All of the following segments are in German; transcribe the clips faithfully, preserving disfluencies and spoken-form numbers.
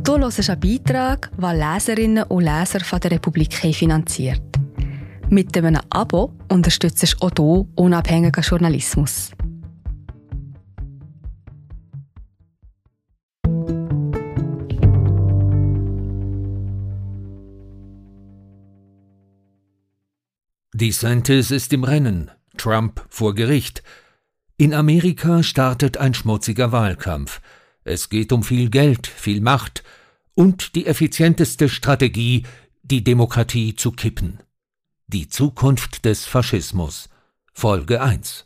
Du hörst einen Beitrag, den Leserinnen und Leser von der Republik finanziert. Mit einem Abo unterstützt du auch du unabhängigen Journalismus. DeSantis ist im Rennen, Trump vor Gericht. In Amerika startet ein schmutziger Wahlkampf. Es geht um viel Geld, viel Macht und die effizienteste Strategie, die Demokratie zu kippen. Die Zukunft des Faschismus. Folge eins.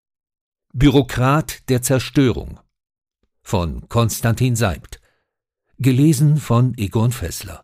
Bürokrat der Zerstörung. Von Konstantin Seibt. Gelesen von Egon Fessler.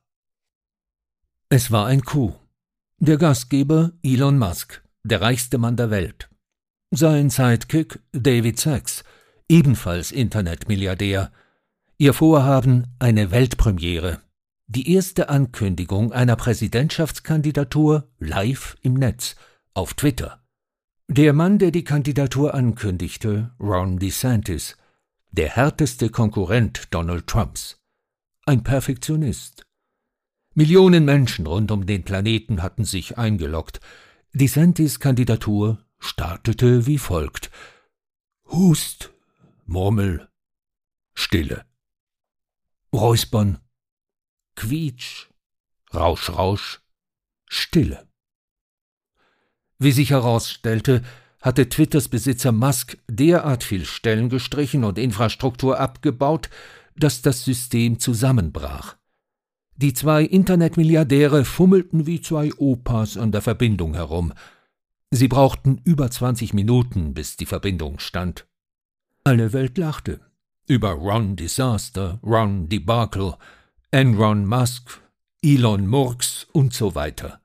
Es war ein Coup. Der Gastgeber Elon Musk, der reichste Mann der Welt. Sein Sidekick David Sacks, ebenfalls Internetmilliardär. Ihr Vorhaben eine Weltpremiere. Die erste Ankündigung einer Präsidentschaftskandidatur live im Netz, auf Twitter. Der Mann, der die Kandidatur ankündigte, Ron DeSantis, der härteste Konkurrent Donald Trumps. Ein Perfektionist. Millionen Menschen rund um den Planeten hatten sich eingeloggt. DeSantis' Kandidatur startete wie folgt. Hust, Murmel, Stille. Räuspern, Quietsch, Rausch, Rausch, Stille. Wie sich herausstellte, hatte Twitters Besitzer Musk derart viel Stellen gestrichen und Infrastruktur abgebaut, dass das System zusammenbrach. Die zwei Internetmilliardäre fummelten wie zwei Opas an der Verbindung herum. Sie brauchten über zwanzig Minuten, bis die Verbindung stand. Alle Welt lachte. Über Ron Disaster, Ron Debacle, Enron Musk, Elon Murks und so weiter.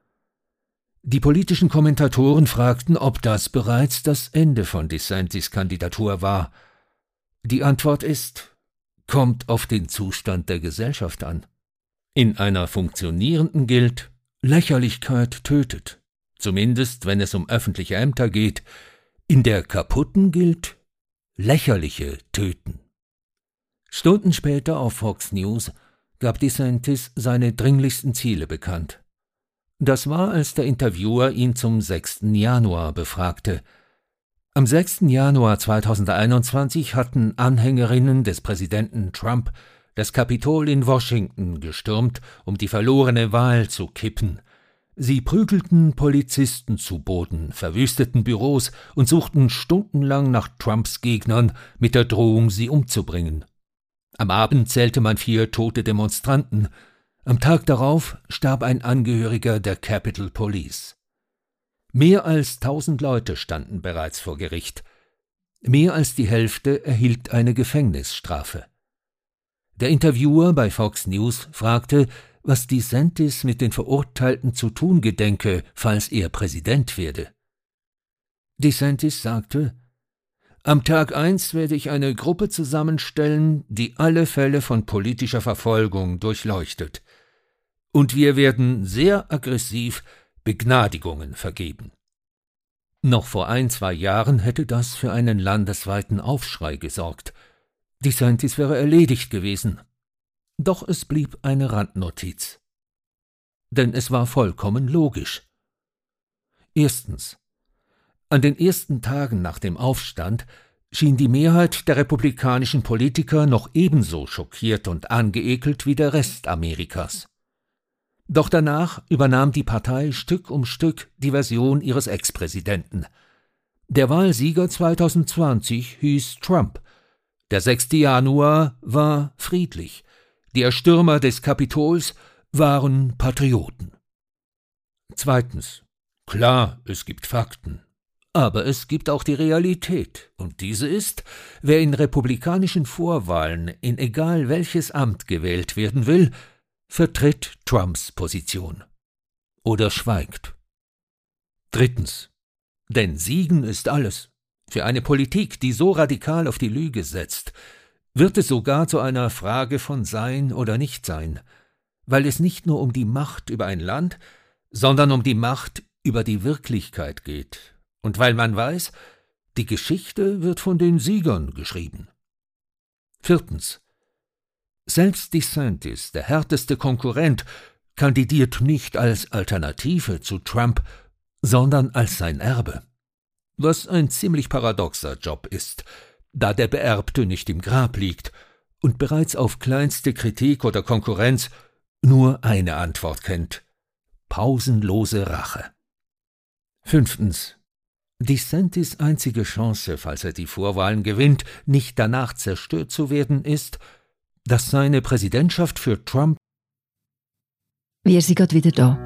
Die politischen Kommentatoren fragten, ob das bereits das Ende von DeSantis' Kandidatur war. Die Antwort ist, kommt auf den Zustand der Gesellschaft an. In einer funktionierenden gilt, Lächerlichkeit tötet, zumindest wenn es um öffentliche Ämter geht. In der kaputten gilt, Lächerliche töten. Stunden später auf Fox News gab DeSantis seine dringlichsten Ziele bekannt. Das war, als der Interviewer ihn zum sechsten Januar befragte. Am sechsten Januar zweitausendeinundzwanzig hatten Anhängerinnen des Präsidenten Trump das Kapitol in Washington gestürmt, um die verlorene Wahl zu kippen. Sie prügelten Polizisten zu Boden, verwüsteten Büros und suchten stundenlang nach Trumps Gegnern mit der Drohung, sie umzubringen. Am Abend zählte man vier tote Demonstranten. Am Tag darauf starb ein Angehöriger der Capitol Police. Mehr als tausend Leute standen bereits vor Gericht. Mehr als die Hälfte erhielt eine Gefängnisstrafe. Der Interviewer bei Fox News fragte, was DeSantis mit den Verurteilten zu tun gedenke, falls er Präsident werde. DeSantis sagte, am Tag eins werde ich eine Gruppe zusammenstellen, die alle Fälle von politischer Verfolgung durchleuchtet. Und wir werden sehr aggressiv Begnadigungen vergeben. Noch vor ein, zwei Jahren hätte das für einen landesweiten Aufschrei gesorgt. DeSantis wäre erledigt gewesen. Doch es blieb eine Randnotiz. Denn es war vollkommen logisch. Erstens. An den ersten Tagen nach dem Aufstand schien die Mehrheit der republikanischen Politiker noch ebenso schockiert und angeekelt wie der Rest Amerikas. Doch danach übernahm die Partei Stück um Stück die Version ihres Ex-Präsidenten. Der Wahlsieger zweitausendzwanzig hieß Trump. Der sechste Januar war friedlich. Die Erstürmer des Kapitols waren Patrioten. Zweitens. Klar, es gibt Fakten. Aber es gibt auch die Realität, und diese ist, wer in republikanischen Vorwahlen in egal welches Amt gewählt werden will, vertritt Trumps Position. Oder schweigt. Drittens. Denn Siegen ist alles. Für eine Politik, die so radikal auf die Lüge setzt, wird es sogar zu einer Frage von Sein oder Nichtsein, weil es nicht nur um die Macht über ein Land, sondern um die Macht über die Wirklichkeit geht. Und weil man weiß, die Geschichte wird von den Siegern geschrieben. Viertens. Selbst DeSantis, der härteste Konkurrent, kandidiert nicht als Alternative zu Trump, sondern als sein Erbe. Was ein ziemlich paradoxer Job ist, da der Beerbte nicht im Grab liegt und bereits auf kleinste Kritik oder Konkurrenz nur eine Antwort kennt: pausenlose Rache. Fünftens. DeSantis' einzige Chance, falls er die Vorwahlen gewinnt, nicht danach zerstört zu werden, ist, dass seine Präsidentschaft für Trump... Wir sind gerade wieder da.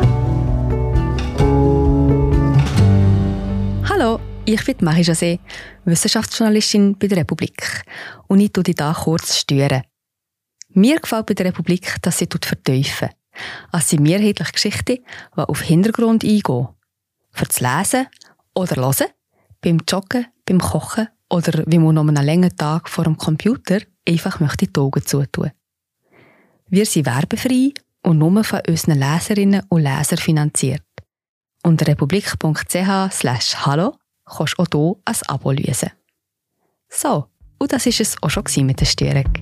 Hallo, ich bin Marie José, Wissenschaftsjournalistin bei der Republik. Und ich tue dich hier kurz stören. Mir gefällt bei der Republik, dass sie vertiefen. Es sind mehrheitlich Geschichten, die auf Hintergrund eingehen. Für das Lesen oder Hören, beim Joggen, beim Kochen oder wie man nach einem langen Tag vor dem Computer einfach möchte die Augen zutun. Wir sind werbefrei und nur von unseren Leserinnen und Lesern finanziert. Unter republik punkt c h slash hallo kannst du auch hier ein Abo lösen. So, und das war es auch schon mit der Störung.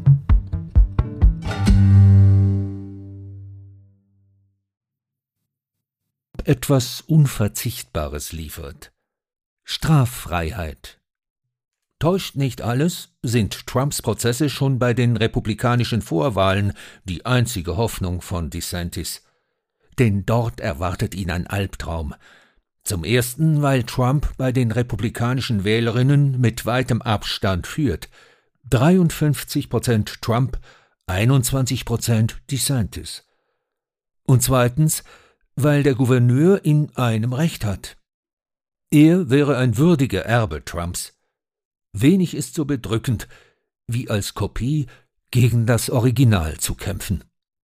etwas Unverzichtbares liefert. Straffreiheit. Täuscht nicht alles, sind Trumps Prozesse schon bei den republikanischen Vorwahlen die einzige Hoffnung von DeSantis. Denn dort erwartet ihn ein Albtraum. Zum ersten, weil Trump bei den republikanischen Wählerinnen mit weitem Abstand führt. dreiundfünfzig Prozent Trump, einundzwanzig Prozent DeSantis. Und zweitens, weil der Gouverneur in einem Recht hat. Er wäre ein würdiger Erbe Trumps. Wenig ist so bedrückend, wie als Kopie gegen das Original zu kämpfen.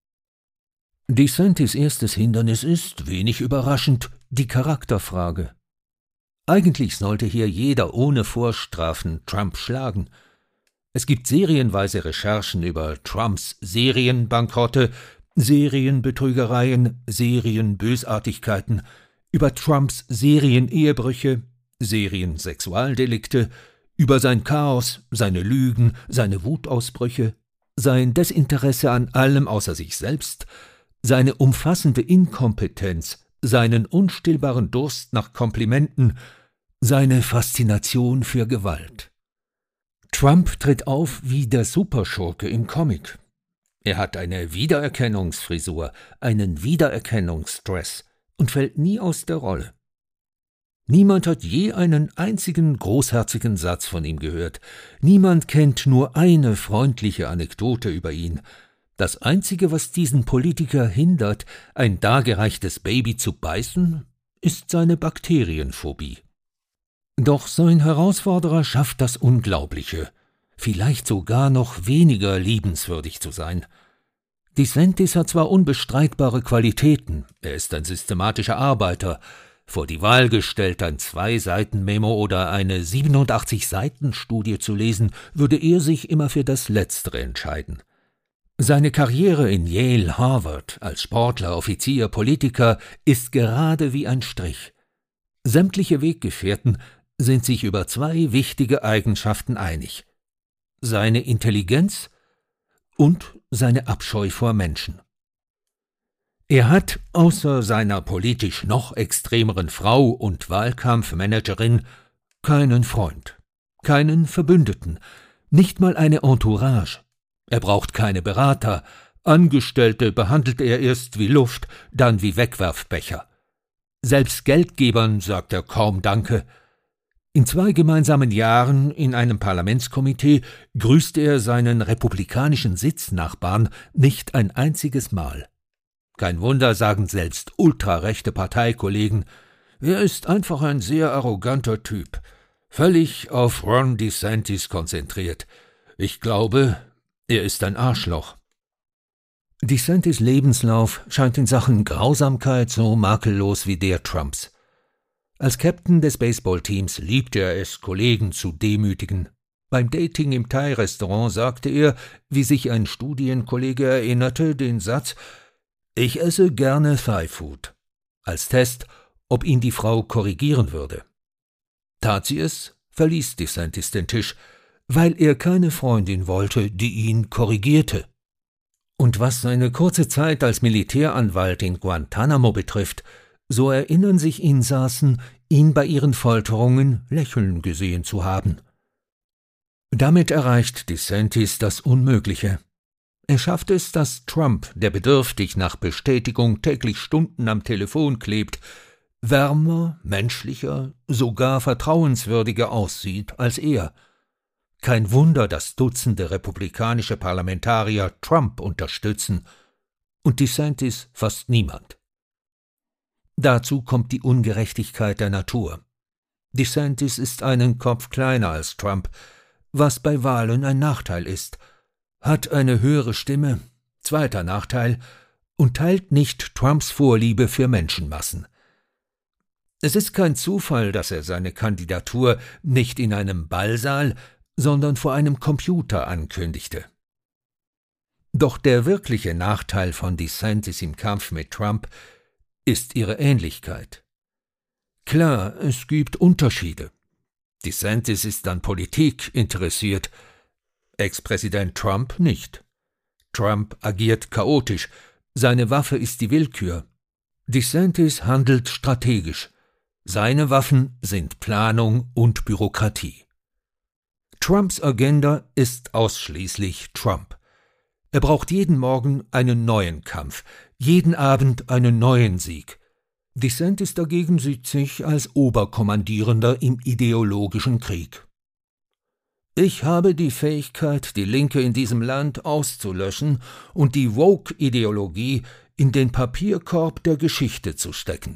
DeSantis' erstes Hindernis ist, wenig überraschend, die Charakterfrage. Eigentlich sollte hier jeder ohne Vorstrafen Trump schlagen. Es gibt serienweise Recherchen über Trumps Serienbankrotte, Serienbetrügereien, Serienbösartigkeiten, über Trumps Serienehebrüche, Seriensexualdelikte, über sein Chaos, seine Lügen, seine Wutausbrüche, sein Desinteresse an allem außer sich selbst, seine umfassende Inkompetenz, seinen unstillbaren Durst nach Komplimenten, seine Faszination für Gewalt. Trump tritt auf wie der Superschurke im Comic. Er hat eine Wiedererkennungsfrisur, einen Wiedererkennungsstress und fällt nie aus der Rolle. Niemand hat je einen einzigen großherzigen Satz von ihm gehört. Niemand kennt nur eine freundliche Anekdote über ihn. Das Einzige, was diesen Politiker hindert, ein dargereichtes Baby zu beißen, ist seine Bakterienphobie. Doch sein Herausforderer schafft das Unglaubliche, vielleicht sogar noch weniger liebenswürdig zu sein. DeSantis hat zwar unbestreitbare Qualitäten, er ist ein systematischer Arbeiter, vor die Wahl gestellt, ein Zwei-Seiten-Memo oder eine siebenundachtzig-Seiten-Studie zu lesen, würde er sich immer für das Letztere entscheiden. Seine Karriere in Yale, Harvard, als Sportler, Offizier, Politiker ist gerade wie ein Strich. Sämtliche Weggefährten sind sich über zwei wichtige Eigenschaften einig: seine Intelligenz und seine Abscheu vor Menschen. Er hat, außer seiner politisch noch extremeren Frau und Wahlkampfmanagerin, keinen Freund, keinen Verbündeten, nicht mal eine Entourage. Er braucht keine Berater, Angestellte behandelt er erst wie Luft, dann wie Wegwerfbecher. Selbst Geldgebern sagt er kaum Danke. In zwei gemeinsamen Jahren in einem Parlamentskomitee grüßt er seinen republikanischen Sitznachbarn nicht ein einziges Mal. Kein Wunder, sagen selbst ultrarechte Parteikollegen, er ist einfach ein sehr arroganter Typ, völlig auf Ron DeSantis konzentriert. Ich glaube, er ist ein Arschloch. DeSantis' Lebenslauf scheint in Sachen Grausamkeit so makellos wie der Trumps. Als Captain des Baseballteams liebte er es, Kollegen zu demütigen. Beim Dating im Thai-Restaurant sagte er, wie sich ein Studienkollege erinnerte, den Satz: »Ich esse gerne Thai-Food«, als Test, ob ihn die Frau korrigieren würde. Tat sie es, verließ DeSantis den Tisch, weil er keine Freundin wollte, die ihn korrigierte. Und was seine kurze Zeit als Militäranwalt in Guantanamo betrifft, so erinnern sich Insassen, ihn bei ihren Folterungen lächeln gesehen zu haben. Damit erreicht DeSantis das Unmögliche. Er schafft es, dass Trump, der bedürftig nach Bestätigung täglich Stunden am Telefon klebt, wärmer, menschlicher, sogar vertrauenswürdiger aussieht als er. Kein Wunder, dass Dutzende republikanische Parlamentarier Trump unterstützen und DeSantis fast niemand. Dazu kommt die Ungerechtigkeit der Natur. DeSantis ist einen Kopf kleiner als Trump, was bei Wahlen ein Nachteil ist, hat eine höhere Stimme, zweiter Nachteil, und teilt nicht Trumps Vorliebe für Menschenmassen. Es ist kein Zufall, dass er seine Kandidatur nicht in einem Ballsaal, sondern vor einem Computer ankündigte. Doch der wirkliche Nachteil von DeSantis im Kampf mit Trump ist ihre Ähnlichkeit. Klar, es gibt Unterschiede. DeSantis ist an Politik interessiert, Ex-Präsident Trump nicht. Trump agiert chaotisch, seine Waffe ist die Willkür. DeSantis handelt strategisch, seine Waffen sind Planung und Bürokratie. Trumps Agenda ist ausschließlich Trump. Er braucht jeden Morgen einen neuen Kampf, jeden Abend einen neuen Sieg. DeSantis dagegen sieht sich als Oberkommandierender im ideologischen Krieg. Ich habe die Fähigkeit, die Linke in diesem Land auszulöschen und die Woke-Ideologie in den Papierkorb der Geschichte zu stecken.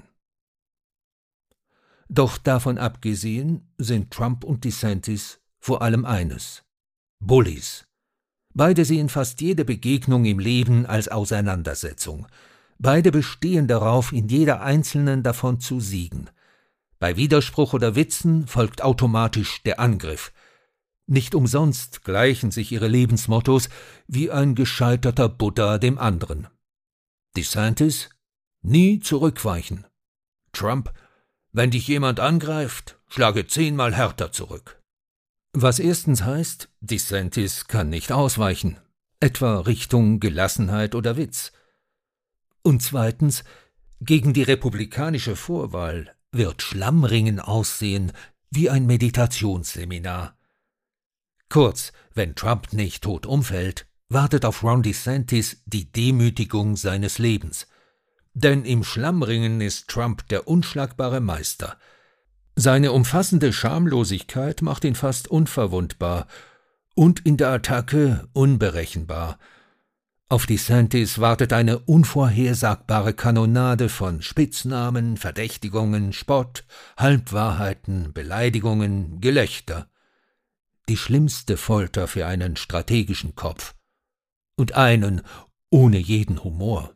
Doch davon abgesehen sind Trump und DeSantis vor allem eines: Bullies. Beide sehen fast jede Begegnung im Leben als Auseinandersetzung. Beide bestehen darauf, in jeder einzelnen davon zu siegen. Bei Widerspruch oder Witzen folgt automatisch der Angriff. Nicht umsonst gleichen sich ihre Lebensmottos wie ein gescheiterter Buddha dem anderen. DeSantis: nie zurückweichen. Trump: wenn dich jemand angreift, schlage zehnmal härter zurück. Was erstens heißt, DeSantis kann nicht ausweichen, etwa Richtung Gelassenheit oder Witz. Und zweitens, gegen die republikanische Vorwahl wird Schlammringen aussehen wie ein Meditationsseminar. Kurz, wenn Trump nicht tot umfällt, wartet auf Ron DeSantis die Demütigung seines Lebens. Denn im Schlammringen ist Trump der unschlagbare Meister. Seine umfassende Schamlosigkeit macht ihn fast unverwundbar und in der Attacke unberechenbar. Auf DeSantis wartet eine unvorhersagbare Kanonade von Spitznamen, Verdächtigungen, Spott, Halbwahrheiten, Beleidigungen, Gelächter. Die schlimmste Folter für einen strategischen Kopf. Und einen ohne jeden Humor.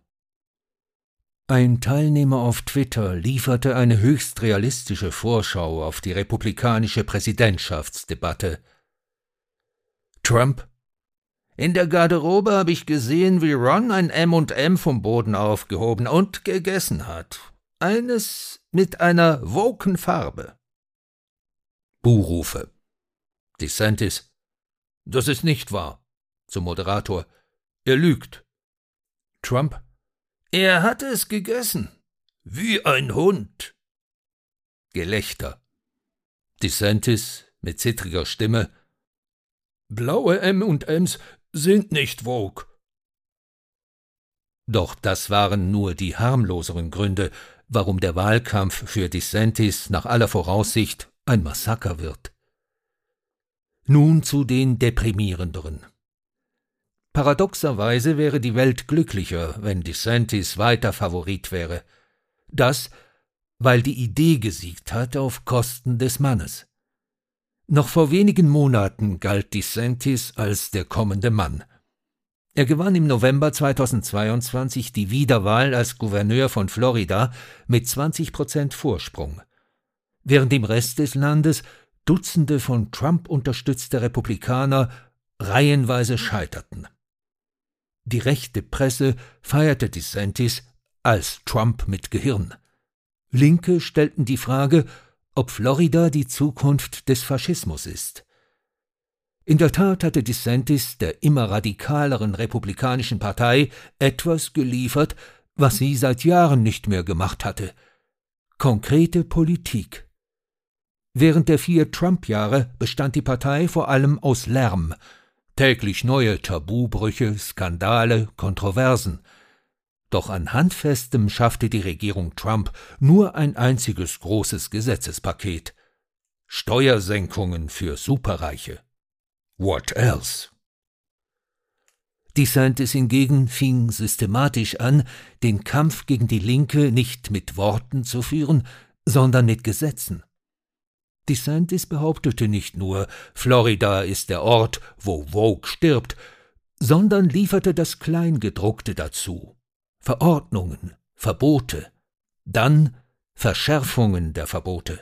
Ein Teilnehmer auf Twitter lieferte eine höchst realistische Vorschau auf die republikanische Präsidentschaftsdebatte. Trump: in der Garderobe habe ich gesehen, wie Ron ein M und M vom Boden aufgehoben und gegessen hat. Eines mit einer woken Farbe. Buhrufe. DeSantis: das ist nicht wahr. Zum Moderator: er lügt. Trump: er hatte es gegessen. Wie ein Hund. Gelächter. DeSantis mit zittriger Stimme: blaue M und M's sind nicht woke. Doch das waren nur die harmloseren Gründe, warum der Wahlkampf für DeSantis nach aller Voraussicht ein Massaker wird. Nun zu den deprimierenderen. Paradoxerweise wäre die Welt glücklicher, wenn DeSantis weiter Favorit wäre. Das, weil die Idee gesiegt hat auf Kosten des Mannes. Noch vor wenigen Monaten galt DeSantis als der kommende Mann. Er gewann im November zweitausendzweiundzwanzig die Wiederwahl als Gouverneur von Florida mit zwanzig Prozent Vorsprung, während im Rest des Landes Dutzende von Trump unterstützte Republikaner reihenweise scheiterten. Die rechte Presse feierte DeSantis als Trump mit Gehirn. Linke stellten die Frage, ob Florida die Zukunft des Faschismus ist. In der Tat hatte DeSantis der immer radikaleren Republikanischen Partei etwas geliefert, was sie seit Jahren nicht mehr gemacht hatte: konkrete Politik. Während der vier Trump-Jahre bestand die Partei vor allem aus Lärm, täglich neue Tabubrüche, Skandale, Kontroversen. Doch an Handfestem schaffte die Regierung Trump nur ein einziges großes Gesetzespaket: Steuersenkungen für Superreiche. What else? DeSantis hingegen fing systematisch an, den Kampf gegen die Linke nicht mit Worten zu führen, sondern mit Gesetzen. DeSantis behauptete nicht nur, Florida ist der Ort, wo Woke stirbt, sondern lieferte das Kleingedruckte dazu: Verordnungen, Verbote, dann Verschärfungen der Verbote.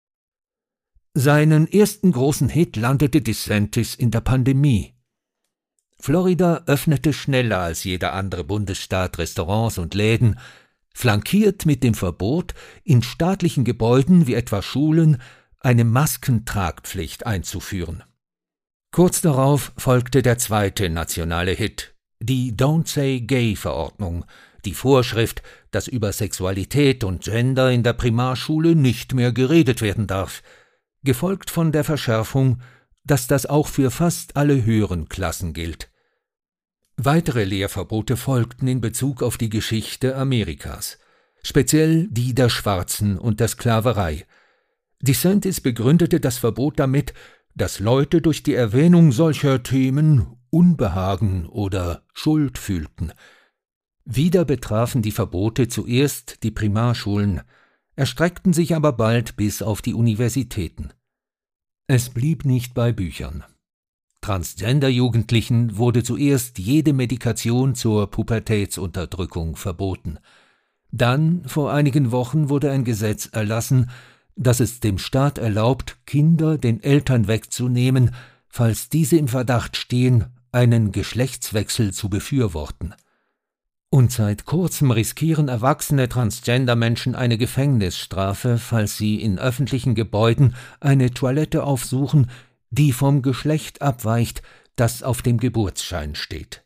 Seinen ersten großen Hit landete DeSantis in der Pandemie. Florida öffnete schneller als jeder andere Bundesstaat Restaurants und Läden, flankiert mit dem Verbot, in staatlichen Gebäuden wie etwa Schulen eine Maskentragpflicht einzuführen. Kurz darauf folgte der zweite nationale Hit, die Don't Say Gay-Verordnung, die Vorschrift, dass über Sexualität und Gender in der Primarschule nicht mehr geredet werden darf, gefolgt von der Verschärfung, dass das auch für fast alle höheren Klassen gilt. Weitere Lehrverbote folgten in Bezug auf die Geschichte Amerikas, speziell die der Schwarzen und der Sklaverei. DeSantis begründete das Verbot damit, dass Leute durch die Erwähnung solcher Themen Unbehagen oder Schuld fühlten. Wieder betrafen die Verbote zuerst die Primarschulen, erstreckten sich aber bald bis auf die Universitäten. Es blieb nicht bei Büchern. Transgender-Jugendlichen wurde zuerst jede Medikation zur Pubertätsunterdrückung verboten. Dann, vor einigen Wochen, wurde ein Gesetz erlassen, das es dem Staat erlaubt, Kinder den Eltern wegzunehmen, falls diese im Verdacht stehen, einen Geschlechtswechsel zu befürworten. Und seit kurzem riskieren erwachsene Transgender-Menschen eine Gefängnisstrafe, falls sie in öffentlichen Gebäuden eine Toilette aufsuchen, die vom Geschlecht abweicht, das auf dem Geburtsschein steht.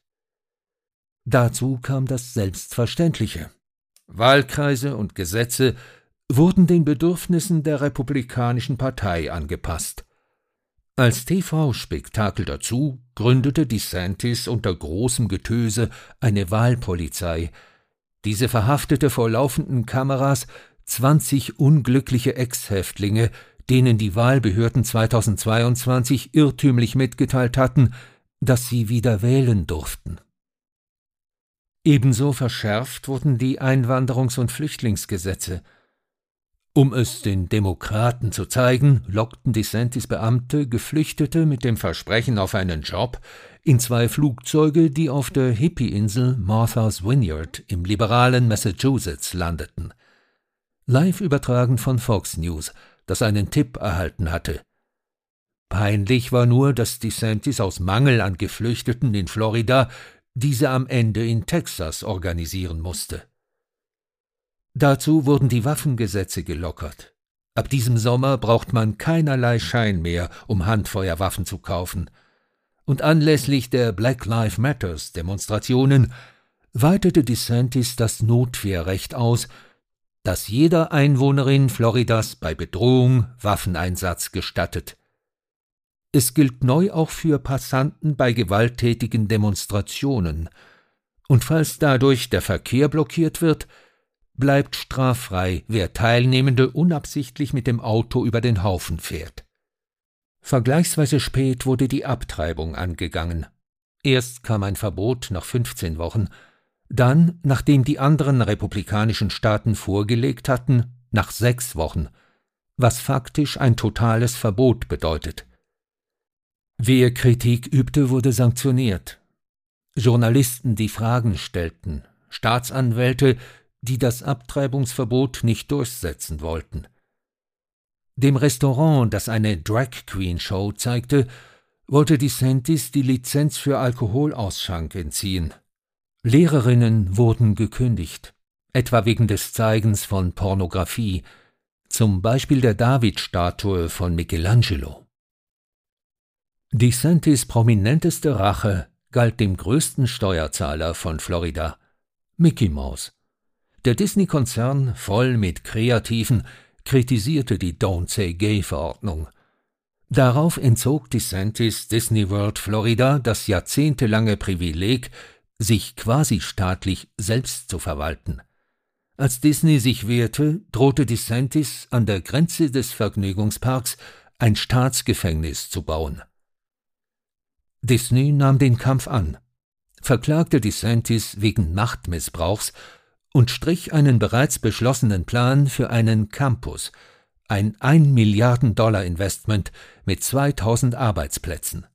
Dazu kam das Selbstverständliche: Wahlkreise und Gesetze wurden den Bedürfnissen der Republikanischen Partei angepasst. Als T V-Spektakel dazu gründete DeSantis unter großem Getöse eine Wahlpolizei. Diese verhaftete vor laufenden Kameras zwanzig unglückliche Ex-Häftlinge, denen die Wahlbehörden zweitausendzweiundzwanzig irrtümlich mitgeteilt hatten, dass sie wieder wählen durften. Ebenso verschärft wurden die Einwanderungs- und Flüchtlingsgesetze. Um es den Demokraten zu zeigen, lockten DeSantis Beamte Geflüchtete mit dem Versprechen auf einen Job in zwei Flugzeuge, die auf der Hippie-Insel Martha's Vineyard im liberalen Massachusetts landeten. Live übertragen von Fox News, das einen Tipp erhalten hatte. Peinlich war nur, dass DeSantis aus Mangel an Geflüchteten in Florida diese am Ende in Texas organisieren musste. Dazu wurden die Waffengesetze gelockert. Ab diesem Sommer braucht man keinerlei Schein mehr, um Handfeuerwaffen zu kaufen. Und anlässlich der Black Lives Matters Demonstrationen weitete DeSantis das Notwehrrecht aus, das jeder Einwohnerin Floridas bei Bedrohung Waffeneinsatz gestattet. Es gilt neu auch für Passanten bei gewalttätigen Demonstrationen. Und falls dadurch der Verkehr blockiert wird, bleibt straffrei, wer Teilnehmende unabsichtlich mit dem Auto über den Haufen fährt. Vergleichsweise spät wurde die Abtreibung angegangen. Erst kam ein Verbot nach fünfzehn Wochen, dann, nachdem die anderen republikanischen Staaten vorgelegt hatten, nach sechs Wochen, was faktisch ein totales Verbot bedeutet. Wer Kritik übte, wurde sanktioniert. Journalisten, die Fragen stellten, Staatsanwälte, die das Abtreibungsverbot nicht durchsetzen wollten. Dem Restaurant, das eine Drag-Queen-Show zeigte, wollte DeSantis die Lizenz für Alkoholausschank entziehen. Lehrerinnen wurden gekündigt, etwa wegen des Zeigens von Pornografie, zum Beispiel der David-Statue von Michelangelo. DeSantis' prominenteste Rache galt dem größten Steuerzahler von Florida, Mickey Mouse. Der Disney-Konzern, voll mit Kreativen, kritisierte die Don't-Say-Gay-Verordnung. Darauf entzog DeSantis Disney World Florida das jahrzehntelange Privileg, sich quasi staatlich selbst zu verwalten. Als Disney sich wehrte, drohte DeSantis an der Grenze des Vergnügungsparks ein Staatsgefängnis zu bauen. Disney nahm den Kampf an, verklagte DeSantis wegen Machtmissbrauchs und strich einen bereits beschlossenen Plan für einen Campus, ein ein Milliarden Dollar Investment mit zweitausend Arbeitsplätzen.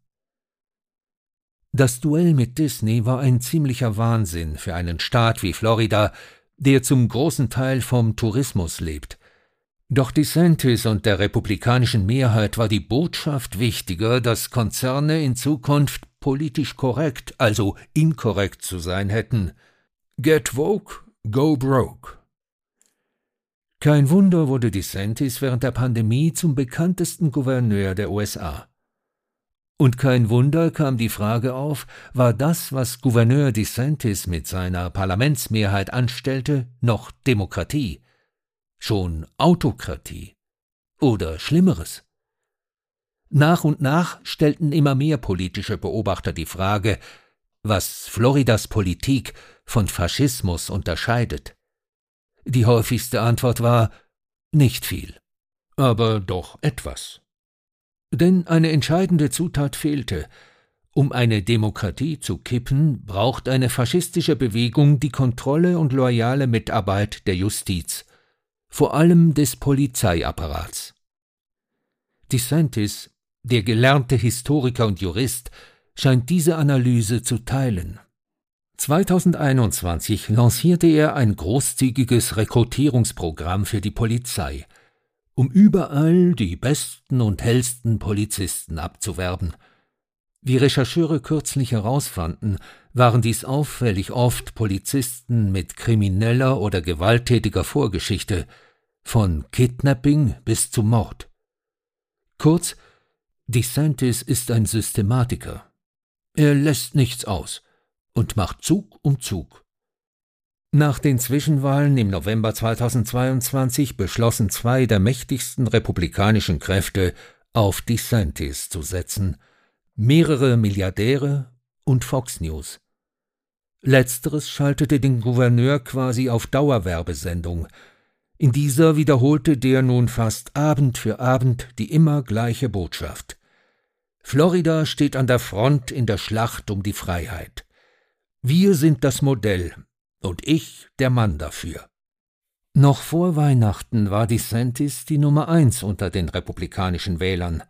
Das Duell mit Disney war ein ziemlicher Wahnsinn für einen Staat wie Florida, der zum großen Teil vom Tourismus lebt. Doch DeSantis und der republikanischen Mehrheit war die Botschaft wichtiger, dass Konzerne in Zukunft politisch korrekt, also inkorrekt zu sein hätten. Get woke, go broke. Kein Wunder wurde DeSantis während der Pandemie zum bekanntesten Gouverneur der U S A. Und kein Wunder kam die Frage auf, war das, was Gouverneur DeSantis mit seiner Parlamentsmehrheit anstellte, noch Demokratie? Schon Autokratie? Oder Schlimmeres? Nach und nach stellten immer mehr politische Beobachter die Frage, was Floridas Politik von Faschismus unterscheidet. Die häufigste Antwort war, nicht viel, aber doch etwas. Denn eine entscheidende Zutat fehlte. Um eine Demokratie zu kippen, braucht eine faschistische Bewegung die Kontrolle und loyale Mitarbeit der Justiz, vor allem des Polizeiapparats. DeSantis, der gelernte Historiker und Jurist, scheint diese Analyse zu teilen. zweitausendeinundzwanzig lancierte er ein großzügiges Rekrutierungsprogramm für die Polizei, um überall die besten und hellsten Polizisten abzuwerben. Wie Rechercheure kürzlich herausfanden, waren dies auffällig oft Polizisten mit krimineller oder gewalttätiger Vorgeschichte, von Kidnapping bis zu Mord. Kurz, DeSantis ist ein Systematiker. Er lässt nichts aus und macht Zug um Zug. Nach den Zwischenwahlen im November zweitausendzweiundzwanzig beschlossen zwei der mächtigsten republikanischen Kräfte, auf DeSantis zu setzen, mehrere Milliardäre und Fox News. Letzteres schaltete den Gouverneur quasi auf Dauerwerbesendung. In dieser wiederholte der nun fast Abend für Abend die immer gleiche Botschaft. Florida steht an der Front in der Schlacht um die Freiheit. Wir sind das Modell und ich der Mann dafür. Noch vor Weihnachten war DeSantis die Nummer eins unter den republikanischen Wählern.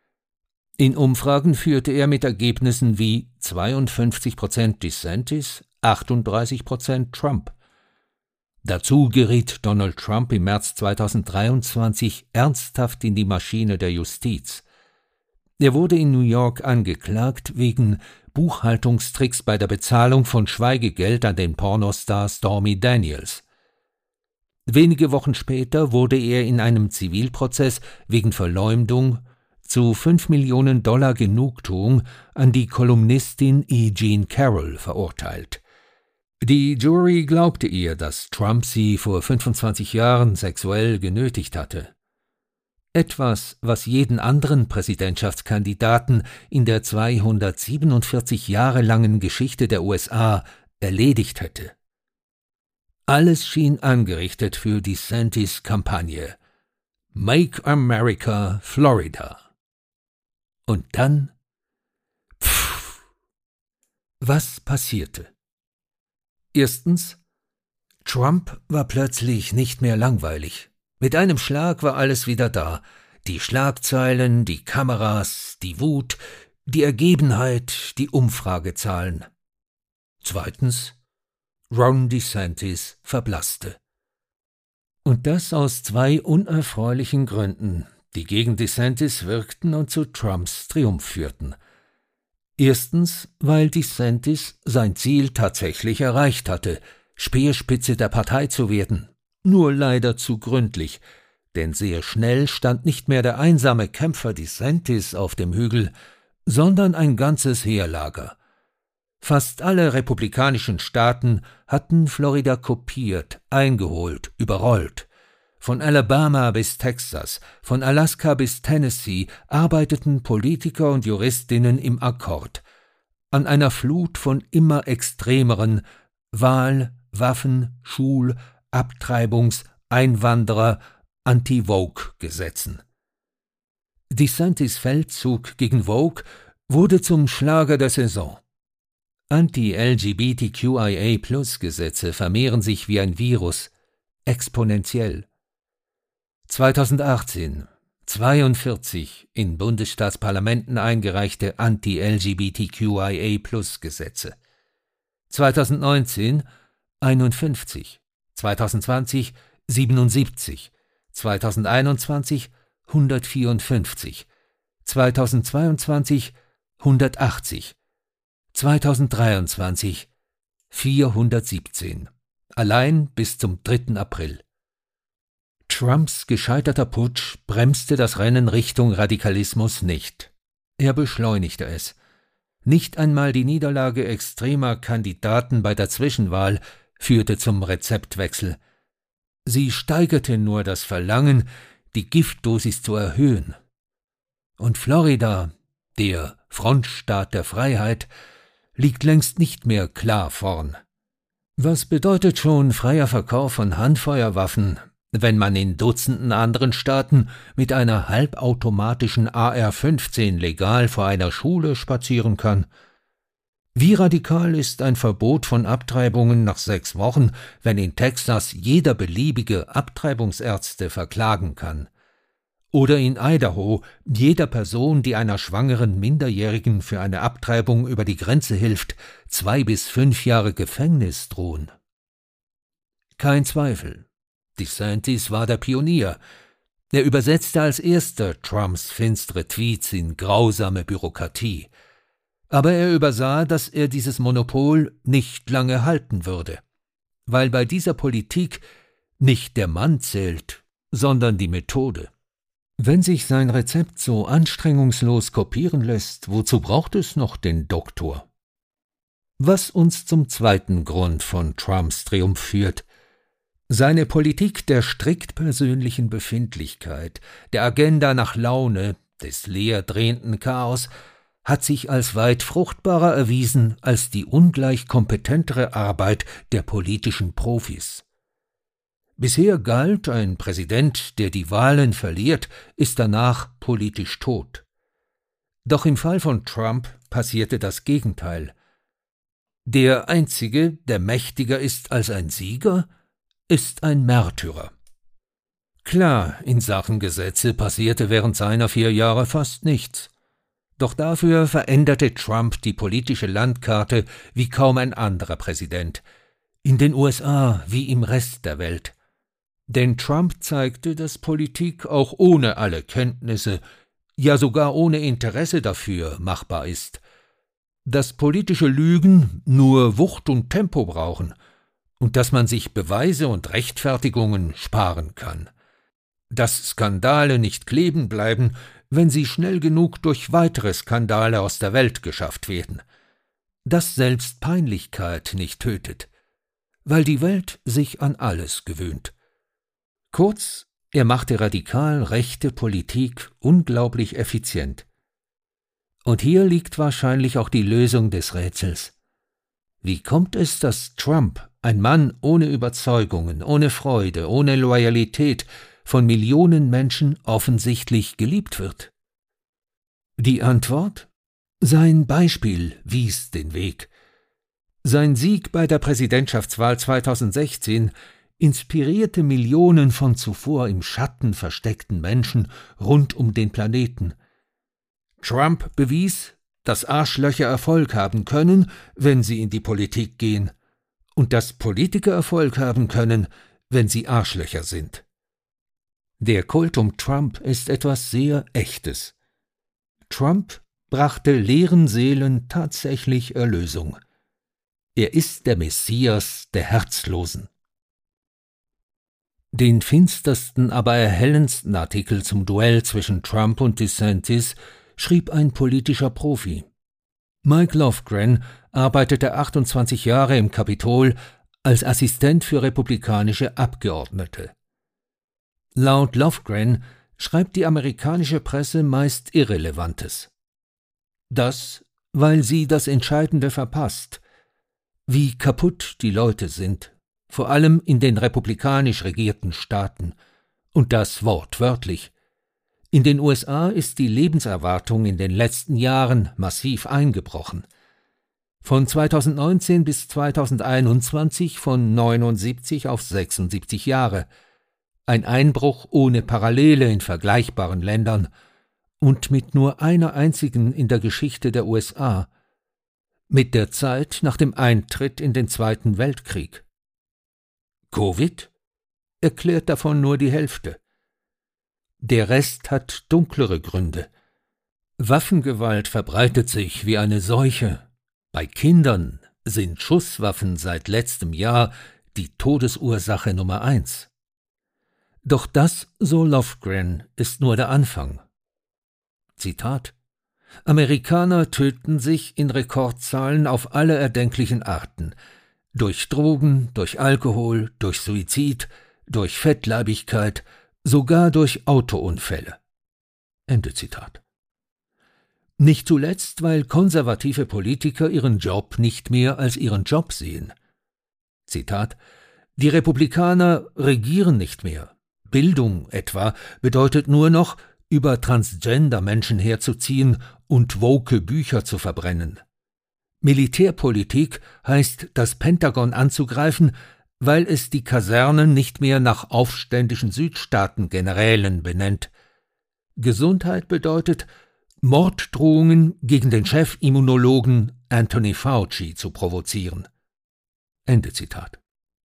In Umfragen führte er mit Ergebnissen wie zweiundfünfzig Prozent DeSantis, achtunddreißig Prozent Trump. Dazu geriet Donald Trump im März zweitausenddreiundzwanzig ernsthaft in die Maschine der Justiz. Er wurde in New York angeklagt wegen Buchhaltungstricks bei der Bezahlung von Schweigegeld an den Pornostar Stormy Daniels. Wenige Wochen später wurde er in einem Zivilprozess wegen Verleumdung zu fünf Millionen Dollar Genugtuung an die Kolumnistin E. Jean Carroll verurteilt. Die Jury glaubte ihr, dass Trump sie vor fünfundzwanzig Jahren sexuell genötigt hatte. Etwas, was jeden anderen Präsidentschaftskandidaten in der zweihundertsiebenundvierzig Jahre langen Geschichte der U S A erledigt hätte. Alles schien angerichtet für DeSantis' Kampagne Make America Florida. Und dann, pff, was passierte? Erstens, Trump war plötzlich nicht mehr langweilig. Mit einem Schlag war alles wieder da. Die Schlagzeilen, die Kameras, die Wut, die Ergebenheit, die Umfragezahlen. Zweitens, Ron DeSantis verblasste. Und das aus zwei unerfreulichen Gründen, die gegen DeSantis wirkten und zu Trumps Triumph führten. Erstens, weil DeSantis sein Ziel tatsächlich erreicht hatte, Speerspitze der Partei zu werden. Nur leider zu gründlich, denn sehr schnell stand nicht mehr der einsame Kämpfer DeSantis auf dem Hügel, sondern ein ganzes Heerlager. Fast alle republikanischen Staaten hatten Florida kopiert, eingeholt, überrollt. Von Alabama bis Texas, von Alaska bis Tennessee arbeiteten Politiker und Juristinnen im Akkord an einer Flut von immer extremeren Wahl-, Waffen-, Schul-, Abtreibungs-, Einwanderer-, Anti-Vogue-Gesetzen. DeSantis Feldzug gegen Vogue wurde zum Schlager der Saison. Anti-L G B T Q I A Plus Gesetze vermehren sich wie ein Virus, exponentiell. zweitausendachtzehn zweiundvierzig in Bundesstaatsparlamenten eingereichte Anti-L G B T Q I A Plus Gesetze. zweitausendneunzehn einundfünfzig, zweitausendzwanzig siebenundsiebzig, zweitausendeinundzwanzig hundertvierundfünfzig, zweitausendzweiundzwanzig hundertachtzig, zweitausenddreiundzwanzig vierhundertsiebzehn, allein bis zum dritten April. Trumps gescheiterter Putsch bremste das Rennen Richtung Radikalismus nicht. Er beschleunigte es. Nicht einmal die Niederlage extremer Kandidaten bei der Zwischenwahl führte zum Rezeptwechsel. Sie steigerte nur das Verlangen, die Giftdosis zu erhöhen. Und Florida, der Frontstaat der Freiheit, liegt längst nicht mehr klar vorn. Was bedeutet schon freier Verkauf von Handfeuerwaffen, wenn man in Dutzenden anderen Staaten mit einer halbautomatischen A R fünfzehn legal vor einer Schule spazieren kann? Wie radikal ist ein Verbot von Abtreibungen nach sechs Wochen, wenn in Texas jeder beliebige Abtreibungsärzte verklagen kann? Oder in Idaho jeder Person, die einer schwangeren Minderjährigen für eine Abtreibung über die Grenze hilft, zwei bis fünf Jahre Gefängnis drohen? Kein Zweifel. DeSantis war der Pionier. Er übersetzte als erster Trumps finstere Tweets in grausame Bürokratie. Aber er übersah, dass er dieses Monopol nicht lange halten würde, weil bei dieser Politik nicht der Mann zählt, sondern die Methode. Wenn sich sein Rezept so anstrengungslos kopieren lässt, wozu braucht es noch den Doktor? Was uns zum zweiten Grund von Trumps Triumph führt: seine Politik der strikt persönlichen Befindlichkeit, der Agenda nach Laune, des leer drehenden Chaos, hat sich als weit fruchtbarer erwiesen als die ungleich kompetentere Arbeit der politischen Profis. Bisher galt, ein Präsident, der die Wahlen verliert, ist danach politisch tot. Doch im Fall von Trump passierte das Gegenteil. Der Einzige, der mächtiger ist als ein Sieger, ist ein Märtyrer. Klar, in Sachen Gesetze passierte während seiner vier Jahre fast nichts. Doch dafür veränderte Trump die politische Landkarte wie kaum ein anderer Präsident, in den U S A wie im Rest der Welt. Denn Trump zeigte, dass Politik auch ohne alle Kenntnisse, ja sogar ohne Interesse dafür machbar ist. Dass politische Lügen nur Wucht und Tempo brauchen und dass man sich Beweise und Rechtfertigungen sparen kann. Dass Skandale nicht kleben bleiben, wenn sie schnell genug durch weitere Skandale aus der Welt geschafft werden. Dass selbst Peinlichkeit nicht tötet, weil die Welt sich an alles gewöhnt. Kurz, er machte radikal rechte Politik unglaublich effizient. Und hier liegt wahrscheinlich auch die Lösung des Rätsels. Wie kommt es, dass Trump, ein Mann ohne Überzeugungen, ohne Freude, ohne Loyalität, von Millionen Menschen offensichtlich geliebt wird? Die Antwort? Sein Beispiel wies den Weg. Sein Sieg bei der Präsidentschaftswahl zweitausendsechzehn inspirierte Millionen von zuvor im Schatten versteckten Menschen rund um den Planeten. Trump bewies, dass Arschlöcher Erfolg haben können, wenn sie in die Politik gehen, und dass Politiker Erfolg haben können, wenn sie Arschlöcher sind. Der Kult um Trump ist etwas sehr Echtes. Trump brachte leeren Seelen tatsächlich Erlösung. Er ist der Messias der Herzlosen. Den finstersten, aber erhellendsten Artikel zum Duell zwischen Trump und DeSantis schrieb ein politischer Profi. Mike Lofgren arbeitete achtundzwanzig Jahre im Kapitol als Assistent für republikanische Abgeordnete. Laut Lofgren schreibt die amerikanische Presse meist Irrelevantes. Das, weil sie das Entscheidende verpasst: wie kaputt die Leute sind, vor allem in den republikanisch regierten Staaten, und das wortwörtlich. In den U S A ist die Lebenserwartung in den letzten Jahren massiv eingebrochen. Von zweitausendneunzehn bis zweitausendeinundzwanzig von neunundsiebzig auf sechsundsiebzig Jahre. Ein Einbruch ohne Parallele in vergleichbaren Ländern und mit nur einer einzigen in der Geschichte der U S A, mit der Zeit nach dem Eintritt in den Zweiten Weltkrieg. Covid erklärt davon nur die Hälfte. Der Rest hat dunklere Gründe. Waffengewalt verbreitet sich wie eine Seuche. Bei Kindern sind Schusswaffen seit letztem Jahr die Todesursache Nummer eins. Doch das, so Lofgren, ist nur der Anfang. Zitat: Amerikaner töten sich in Rekordzahlen auf alle erdenklichen Arten. Durch Drogen, durch Alkohol, durch Suizid, durch Fettleibigkeit, sogar durch Autounfälle. Ende Zitat. Nicht zuletzt, weil konservative Politiker ihren Job nicht mehr als ihren Job sehen. Zitat: Die Republikaner regieren nicht mehr. Bildung etwa bedeutet nur noch, über Transgender-Menschen herzuziehen und woke Bücher zu verbrennen. Militärpolitik heißt, das Pentagon anzugreifen, weil es die Kasernen nicht mehr nach aufständischen Südstaaten-Generälen benennt. Gesundheit bedeutet, Morddrohungen gegen den Chefimmunologen Anthony Fauci zu provozieren. Ende Zitat.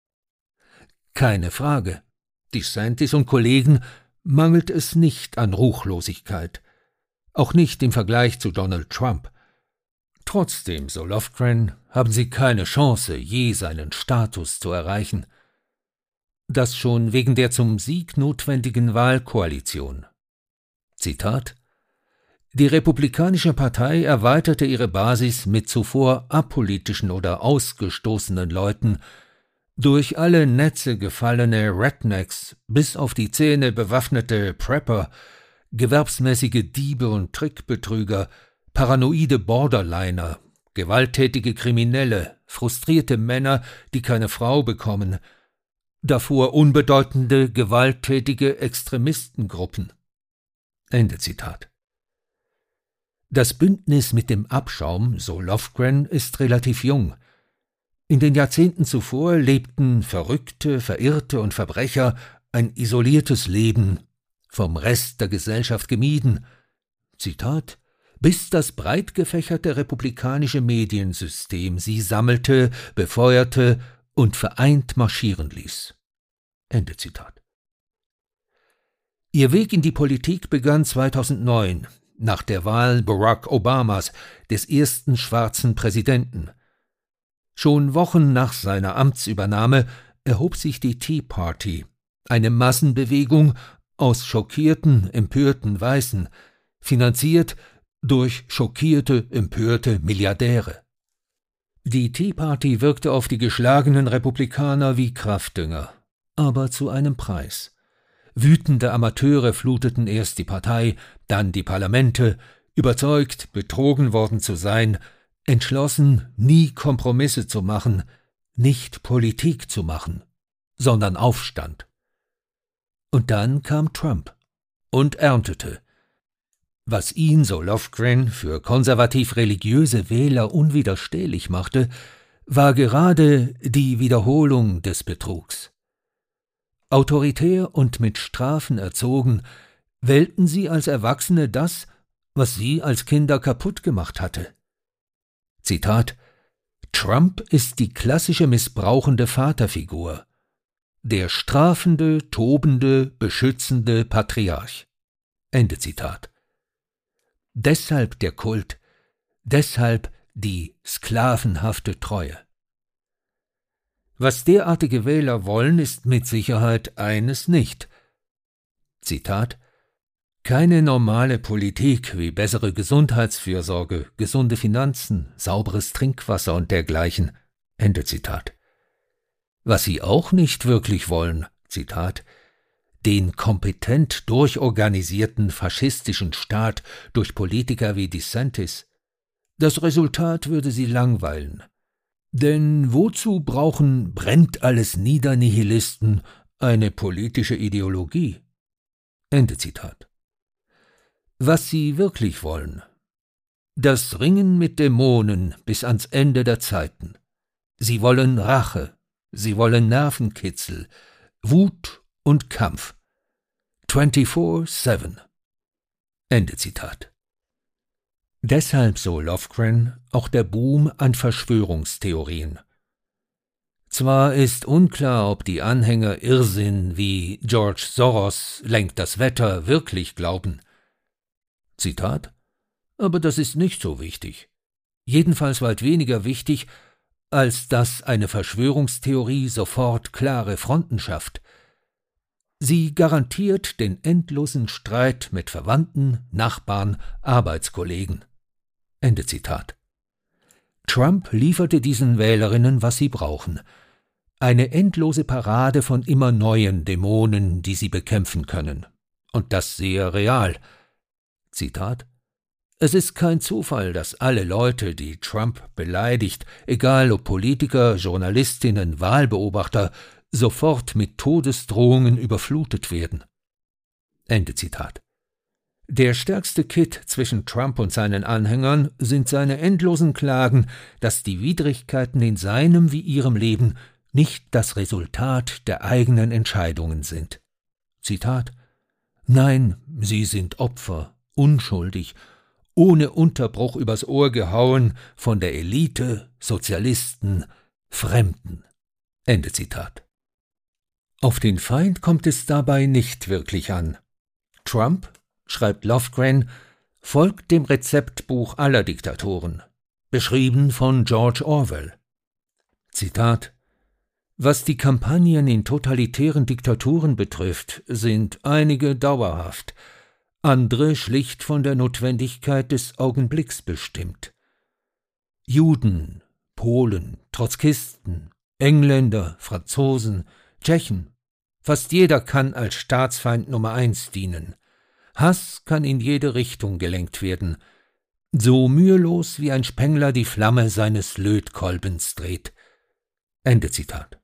Keine Frage, DeSantis und Kollegen mangelt es nicht an Ruchlosigkeit, auch nicht im Vergleich zu Donald Trump. Trotzdem, so Lofgren, haben sie keine Chance, je seinen Status zu erreichen. Das schon wegen der zum Sieg notwendigen Wahlkoalition. Zitat: Die Republikanische Partei erweiterte ihre Basis mit zuvor apolitischen oder ausgestoßenen Leuten, durch alle Netze gefallene Rednecks, bis auf die Zähne bewaffnete Prepper, gewerbsmäßige Diebe und Trickbetrüger, paranoide Borderliner, gewalttätige Kriminelle, frustrierte Männer, die keine Frau bekommen, davor unbedeutende, gewalttätige Extremistengruppen. Ende Zitat. Das Bündnis mit dem Abschaum, so Lofgren, ist relativ jung. In den Jahrzehnten zuvor lebten Verrückte, Verirrte und Verbrecher ein isoliertes Leben, vom Rest der Gesellschaft gemieden. Zitat: bis das breit gefächerte republikanische Mediensystem sie sammelte, befeuerte und vereint marschieren ließ. Ende Zitat. Ihr Weg in die Politik begann zweitausendneun, nach der Wahl Barack Obamas, des ersten schwarzen Präsidenten. Schon Wochen nach seiner Amtsübernahme erhob sich die Tea Party, eine Massenbewegung aus schockierten, empörten Weißen, finanziert durch schockierte, empörte Milliardäre. Die Tea Party wirkte auf die geschlagenen Republikaner wie Kraftdünger, aber zu einem Preis. Wütende Amateure fluteten erst die Partei, dann die Parlamente, überzeugt, betrogen worden zu sein, entschlossen, nie Kompromisse zu machen, nicht Politik zu machen, sondern Aufstand. Und dann kam Trump und erntete. Was ihn, so Lofgren, für konservativ-religiöse Wähler unwiderstehlich machte, war gerade die Wiederholung des Betrugs. Autoritär und mit Strafen erzogen, wählten sie als Erwachsene das, was sie als Kinder kaputt gemacht hatte. Zitat: Trump ist die klassische missbrauchende Vaterfigur, der strafende, tobende, beschützende Patriarch. Ende Zitat. Deshalb der Kult, deshalb die sklavenhafte Treue. Was derartige Wähler wollen, ist mit Sicherheit eines nicht. Zitat: Keine normale Politik wie bessere Gesundheitsfürsorge, gesunde Finanzen, sauberes Trinkwasser und dergleichen. Ende Zitat. Was sie auch nicht wirklich wollen, Zitat, den kompetent durchorganisierten faschistischen Staat durch Politiker wie DeSantis. Das Resultat würde sie langweilen. Denn wozu brauchen brennt alles Niedernihilisten eine politische Ideologie? Ende Zitat. Was sie wirklich wollen: das Ringen mit Dämonen bis ans Ende der Zeiten. Sie wollen Rache, sie wollen Nervenkitzel, Wut und Kampf. vierundzwanzig sieben. Ende Zitat. Deshalb, so Lofgren, auch der Boom an Verschwörungstheorien. Zwar ist unklar, ob die Anhänger Irrsinn wie George Soros lenkt das Wetter wirklich glauben. Zitat: Aber das ist nicht so wichtig. Jedenfalls weit weniger wichtig, als dass eine Verschwörungstheorie sofort klare Fronten schafft. Sie garantiert den endlosen Streit mit Verwandten, Nachbarn, Arbeitskollegen. Ende Zitat. Trump lieferte diesen Wählerinnen, was sie brauchen: eine endlose Parade von immer neuen Dämonen, die sie bekämpfen können. Und das sehr real. Zitat: Es ist kein Zufall, dass alle Leute, die Trump beleidigt, egal ob Politiker, Journalistinnen, Wahlbeobachter, sofort mit Todesdrohungen überflutet werden. Ende Zitat. Der stärkste Kitt zwischen Trump und seinen Anhängern sind seine endlosen Klagen, dass die Widrigkeiten in seinem wie ihrem Leben nicht das Resultat der eigenen Entscheidungen sind. Zitat: Nein, sie sind Opfer, unschuldig, ohne Unterbruch übers Ohr gehauen von der Elite, Sozialisten, Fremden. Ende Zitat. Auf den Feind kommt es dabei nicht wirklich an. Trump, schreibt Lofgren, folgt dem Rezeptbuch aller Diktatoren, beschrieben von George Orwell. Zitat: Was die Kampagnen in totalitären Diktaturen betrifft, sind einige dauerhaft, andere schlicht von der Notwendigkeit des Augenblicks bestimmt. Juden, Polen, Trotzkisten, Engländer, Franzosen, Tschechen, fast jeder kann als Staatsfeind Nummer eins dienen. Hass kann in jede Richtung gelenkt werden, so mühelos wie ein Spengler die Flamme seines Lötkolbens dreht. Ende Zitat.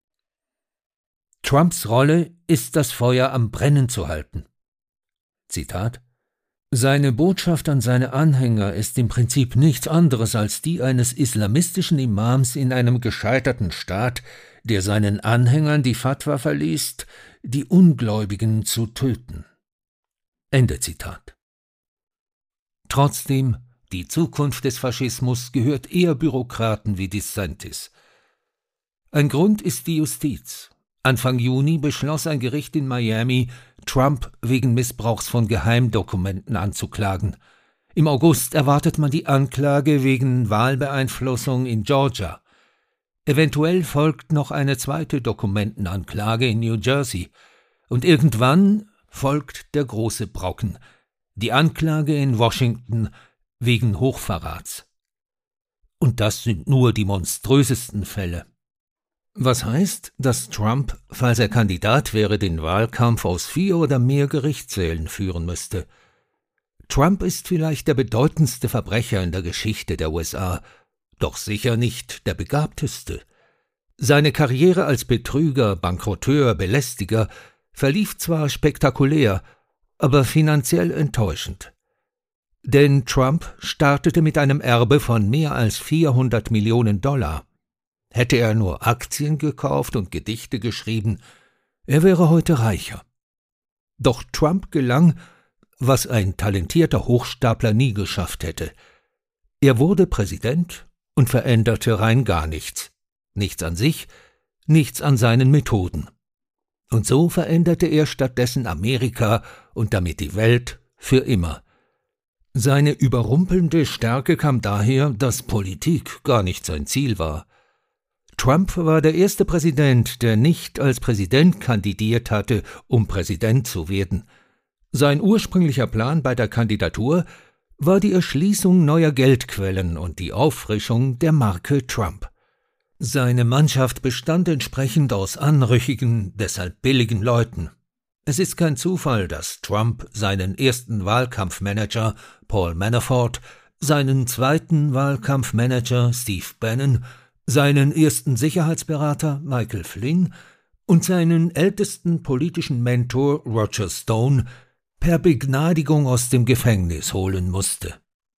Trumps Rolle ist, das Feuer am Brennen zu halten. Zitat: Seine Botschaft an seine Anhänger ist im Prinzip nichts anderes als die eines islamistischen Imams in einem gescheiterten Staat, der seinen Anhängern die Fatwa verliest, die Ungläubigen zu töten. Ende Zitat. Trotzdem, die Zukunft des Faschismus gehört eher Bürokraten wie DeSantis. Ein Grund ist die Justiz. Anfang Juni beschloss ein Gericht in Miami, Trump wegen Missbrauchs von Geheimdokumenten anzuklagen. Im August erwartet man die Anklage wegen Wahlbeeinflussung in Georgia. Eventuell folgt noch eine zweite Dokumentenanklage in New Jersey. Und irgendwann folgt der große Brocken, die Anklage in Washington wegen Hochverrats. Und das sind nur die monströsesten Fälle. Was heißt, dass Trump, falls er Kandidat wäre, den Wahlkampf aus vier oder mehr Gerichtssälen führen müsste. Trump ist vielleicht der bedeutendste Verbrecher in der Geschichte der U S A, doch sicher nicht der begabteste. Seine Karriere als Betrüger, Bankrotteur, Belästiger verlief zwar spektakulär, aber finanziell enttäuschend. Denn Trump startete mit einem Erbe von mehr als vierhundert Millionen Dollar. Hätte er nur Aktien gekauft und Gedichte geschrieben, er wäre heute reicher. Doch Trump gelang, was ein talentierter Hochstapler nie geschafft hätte. Er wurde Präsident und veränderte rein gar nichts. Nichts an sich, nichts an seinen Methoden. Und so veränderte er stattdessen Amerika und damit die Welt für immer. Seine überrumpelnde Stärke kam daher, dass Politik gar nicht sein Ziel war. Trump war der erste Präsident, der nicht als Präsident kandidiert hatte, um Präsident zu werden, Sein ursprünglicher Plan bei der Kandidatur war die Erschließung neuer Geldquellen und die Auffrischung der Marke Trump. Seine Mannschaft bestand entsprechend aus anrüchigen, deshalb billigen Leuten. Es ist kein Zufall, dass Trump seinen ersten Wahlkampfmanager Paul Manafort, seinen zweiten Wahlkampfmanager Steve Bannon, seinen ersten Sicherheitsberater Michael Flynn und seinen ältesten politischen Mentor Roger Stone per Begnadigung aus dem Gefängnis holen musste.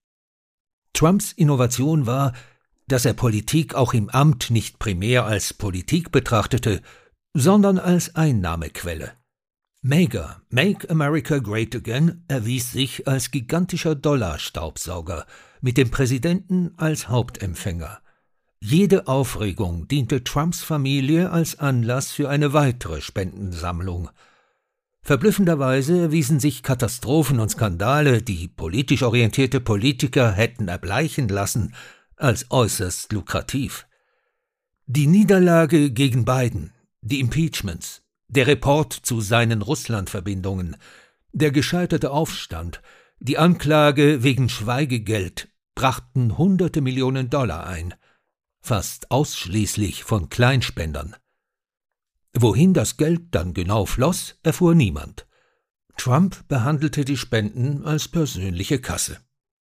Trumps Innovation war, dass er Politik auch im Amt nicht primär als Politik betrachtete, sondern als Einnahmequelle. MAGA, Make America Great Again, erwies sich als gigantischer Dollarstaubsauger, mit dem Präsidenten als Hauptempfänger. Jede Aufregung diente Trumps Familie als Anlass für eine weitere Spendensammlung. Verblüffenderweise erwiesen sich Katastrophen und Skandale, die politisch orientierte Politiker hätten erbleichen lassen, als äußerst lukrativ. Die Niederlage gegen Biden, die Impeachments, der Report zu seinen Russlandverbindungen, der gescheiterte Aufstand, die Anklage wegen Schweigegeld brachten hunderte Millionen Dollar ein, fast ausschließlich von Kleinspendern. Wohin das Geld dann genau floss, erfuhr niemand. Trump behandelte die Spenden als persönliche Kasse.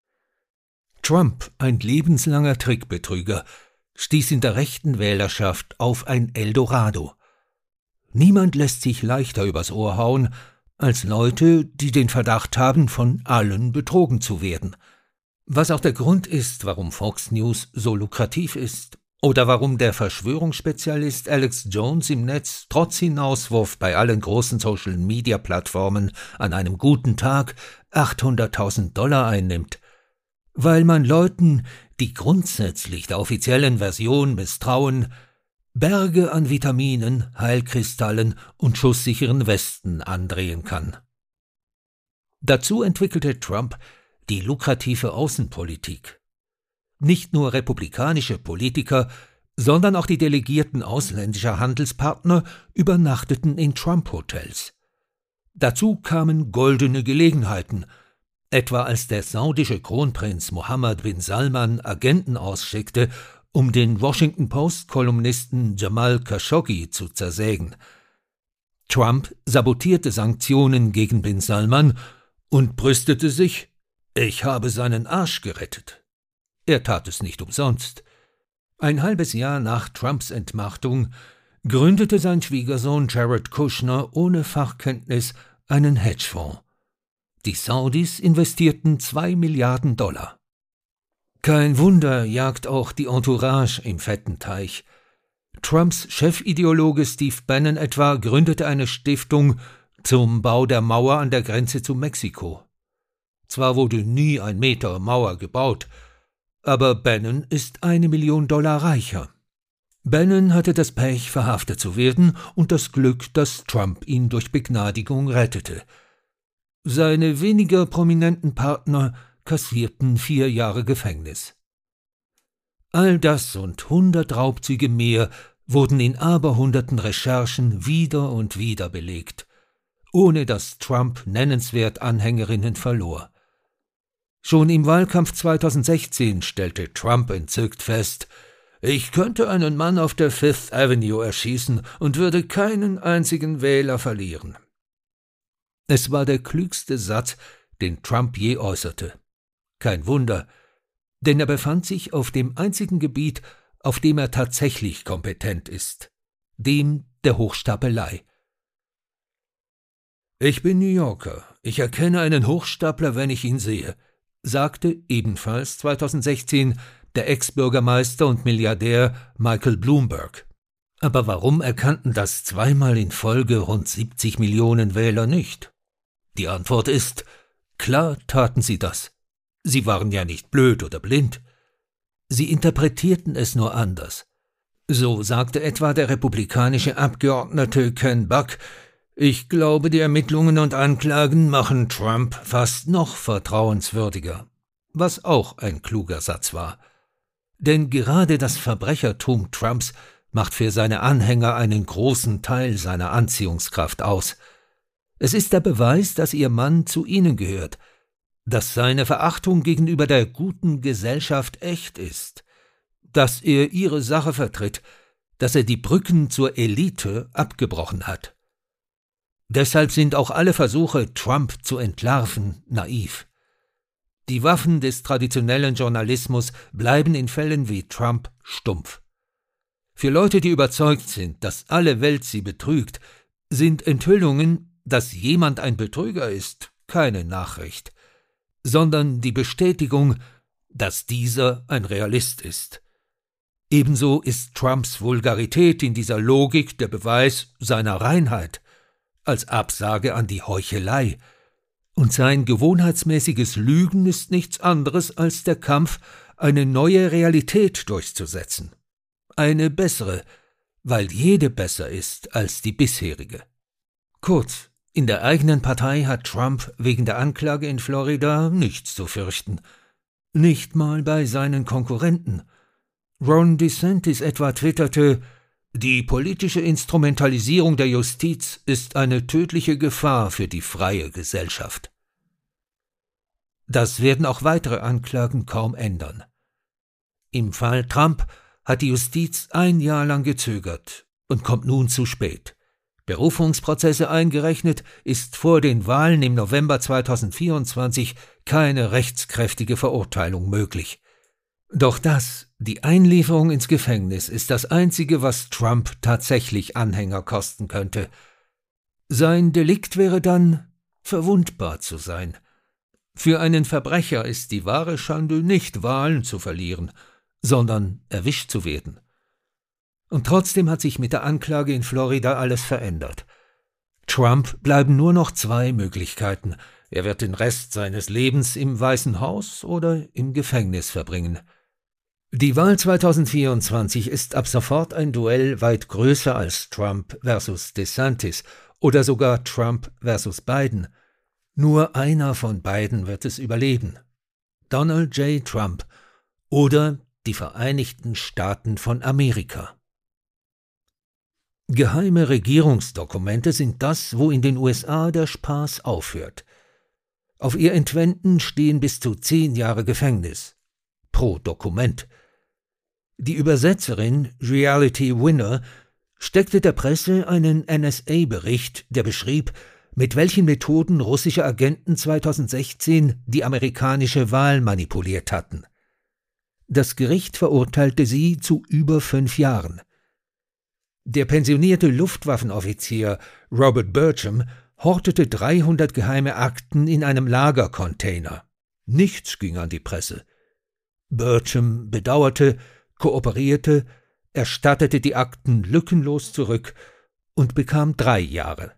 Trump, ein lebenslanger Trickbetrüger, stieß in der rechten Wählerschaft auf ein Eldorado. Niemand lässt sich leichter übers Ohr hauen als Leute, die den Verdacht haben, von allen betrogen zu werden. Was auch der Grund ist, warum Fox News so lukrativ ist oder warum der Verschwörungsspezialist Alex Jones im Netz trotz Hinauswurf bei allen großen Social-Media-Plattformen an einem guten Tag achthunderttausend Dollar einnimmt. Weil man Leuten, die grundsätzlich der offiziellen Version misstrauen, Berge an Vitaminen, Heilkristallen und schusssicheren Westen andrehen kann. Dazu entwickelte Trump die lukrative Außenpolitik. Nicht nur republikanische Politiker, sondern auch die Delegierten ausländischer Handelspartner übernachteten in Trump-Hotels. Dazu kamen goldene Gelegenheiten, etwa als der saudische Kronprinz Mohammed bin Salman Agenten ausschickte, um den Washington-Post-Kolumnisten Jamal Khashoggi zu zersägen. Trump sabotierte Sanktionen gegen bin Salman und brüstete sich, ich habe seinen Arsch gerettet. Er tat es nicht umsonst. Ein halbes Jahr nach Trumps Entmachtung gründete sein Schwiegersohn Jared Kushner ohne Fachkenntnis einen Hedgefonds. Die Saudis investierten zwei Milliarden Dollar. Kein Wunder jagt auch die Entourage im fetten Teich. Trumps Chefideologe Steve Bannon etwa gründete eine Stiftung zum Bau der Mauer an der Grenze zu Mexiko. Zwar wurde nie ein Meter Mauer gebaut, aber Bannon ist eine Million Dollar reicher. Bannon hatte das Pech, verhaftet zu werden und das Glück, dass Trump ihn durch Begnadigung rettete. Seine weniger prominenten Partner kassierten vier Jahre Gefängnis. All das und hundert Raubzüge mehr wurden in aberhunderten Recherchen wieder und wieder belegt, ohne dass Trump nennenswert Anhängerinnen verlor. Schon im Wahlkampf zweitausendsechzehn stellte Trump entzückt fest, ich könnte einen Mann auf der Fifth Avenue erschießen und würde keinen einzigen Wähler verlieren. Es war der klügste Satz, den Trump je äußerte. Kein Wunder, denn er befand sich auf dem einzigen Gebiet, auf dem er tatsächlich kompetent ist, dem der Hochstapelei. Ich bin New Yorker, ich erkenne einen Hochstapler, wenn ich ihn sehe, sagte ebenfalls zweitausendsechzehn der Ex-Bürgermeister und Milliardär Michael Bloomberg. Aber warum erkannten das zweimal in Folge rund siebzig Millionen Wähler nicht? Die Antwort ist, klar taten sie das. Sie waren ja nicht blöd oder blind. Sie interpretierten es nur anders. So sagte etwa der republikanische Abgeordnete Ken Buck, ich glaube, die Ermittlungen und Anklagen machen Trump fast noch vertrauenswürdiger. Was auch ein kluger Satz war. Denn gerade das Verbrechertum Trumps macht für seine Anhänger einen großen Teil seiner Anziehungskraft aus. Es ist der Beweis, dass Ihr Mann zu Ihnen gehört, dass seine Verachtung gegenüber der guten Gesellschaft echt ist, dass er Ihre Sache vertritt, dass er die Brücken zur Elite abgebrochen hat. Deshalb sind auch alle Versuche, Trump zu entlarven, naiv. Die Waffen des traditionellen Journalismus bleiben in Fällen wie Trump stumpf. Für Leute, die überzeugt sind, dass alle Welt sie betrügt, sind Enthüllungen, dass jemand ein Betrüger ist, keine Nachricht, sondern die Bestätigung, dass dieser ein Realist ist. Ebenso ist Trumps Vulgarität in dieser Logik der Beweis seiner Reinheit, als Absage an die Heuchelei, und sein gewohnheitsmäßiges Lügen ist nichts anderes als der Kampf, eine neue Realität durchzusetzen. Eine bessere, weil jede besser ist als die bisherige. Kurz, in der eigenen Partei hat Trump wegen der Anklage in Florida nichts zu fürchten. Nicht mal bei seinen Konkurrenten. Ron DeSantis etwa twitterte: Die politische Instrumentalisierung der Justiz ist eine tödliche Gefahr für die freie Gesellschaft. Das werden auch weitere Anklagen kaum ändern. Im Fall Trump hat die Justiz ein Jahr lang gezögert und kommt nun zu spät. Berufungsprozesse eingerechnet, ist vor den Wahlen im November zweitausendvierundzwanzig keine rechtskräftige Verurteilung möglich. Doch das, die Einlieferung ins Gefängnis, ist das Einzige, was Trump tatsächlich Anhänger kosten könnte. Sein Delikt wäre dann, verwundbar zu sein. Für einen Verbrecher ist die wahre Schande nicht Wahlen zu verlieren, sondern erwischt zu werden. Und trotzdem hat sich mit der Anklage in Florida alles verändert. Trump bleiben nur noch zwei Möglichkeiten. Er wird den Rest seines Lebens im Weißen Haus oder im Gefängnis verbringen. Die Wahl zweitausendvierundzwanzig ist ab sofort ein Duell weit größer als Trump versus DeSantis oder sogar Trump versus Biden. Nur einer von beiden wird es überleben. Donald J. Trump oder die Vereinigten Staaten von Amerika. Geheime Regierungsdokumente sind das, wo in den U S A der Spaß aufhört. Auf ihr Entwenden stehen bis zu zehn Jahre Gefängnis. Pro Dokument. Die Übersetzerin Reality Winner steckte der Presse einen N S A-Bericht, der beschrieb, mit welchen Methoden russische Agenten zweitausendsechzehn die amerikanische Wahl manipuliert hatten. Das Gericht verurteilte sie zu über fünf Jahren. Der pensionierte Luftwaffenoffizier Robert Burcham hortete dreihundert geheime Akten in einem Lagercontainer. Nichts ging an die Presse. Burcham bedauerte, kooperierte, erstattete die Akten lückenlos zurück und bekam drei Jahre.